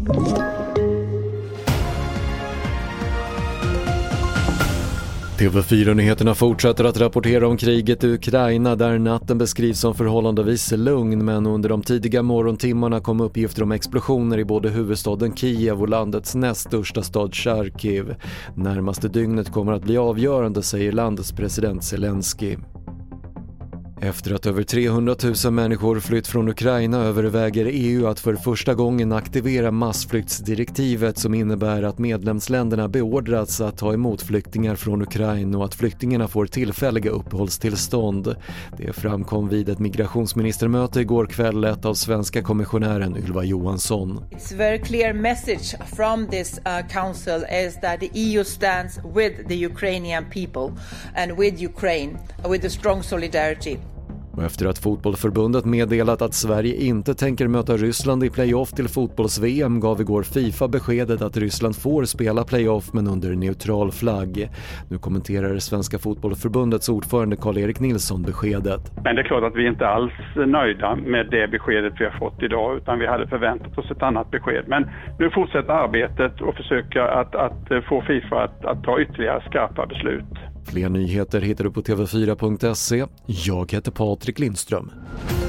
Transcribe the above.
TV4-nyheterna fortsätter att rapportera om kriget i Ukraina där natten beskrivs som förhållandevis lugn, men under de tidiga morgontimmarna kom uppgifter om explosioner i både huvudstaden Kiev och landets näst största stad Charkiv. Närmaste dygnet kommer att bli avgörande, säger landets president Zelensky. Efter att över 300 000 människor flytt från Ukraina överväger EU att för första gången aktivera massflyktsdirektivet som innebär att medlemsländerna beordrats att ta emot flyktingar från Ukraina och att flyktingarna får tillfälliga uppehållstillstånd. Det framkom vid ett migrationsministermöte igår kväll lett av svenska kommissionären Ylva Johansson. It's a very clear message from this council is that the EU stands with the Ukrainian people and with Ukraine with a strong solidarity. Och efter att fotbollförbundet meddelat att Sverige inte tänker möta Ryssland i playoff till fotbolls-VM gav igår FIFA beskedet att Ryssland får spela playoff men under neutral flagg. Nu kommenterar Svenska fotbollförbundets ordförande Karl-Erik Nilsson beskedet. Men det är klart att vi inte alls är nöjda med det beskedet vi har fått idag, utan vi hade förväntat oss ett annat besked. Men nu fortsätter arbetet och försöker att få FIFA att ta ytterligare skarpa beslut. Fler nyheter hittar du på tv4.se. Jag heter Patrik Lindström.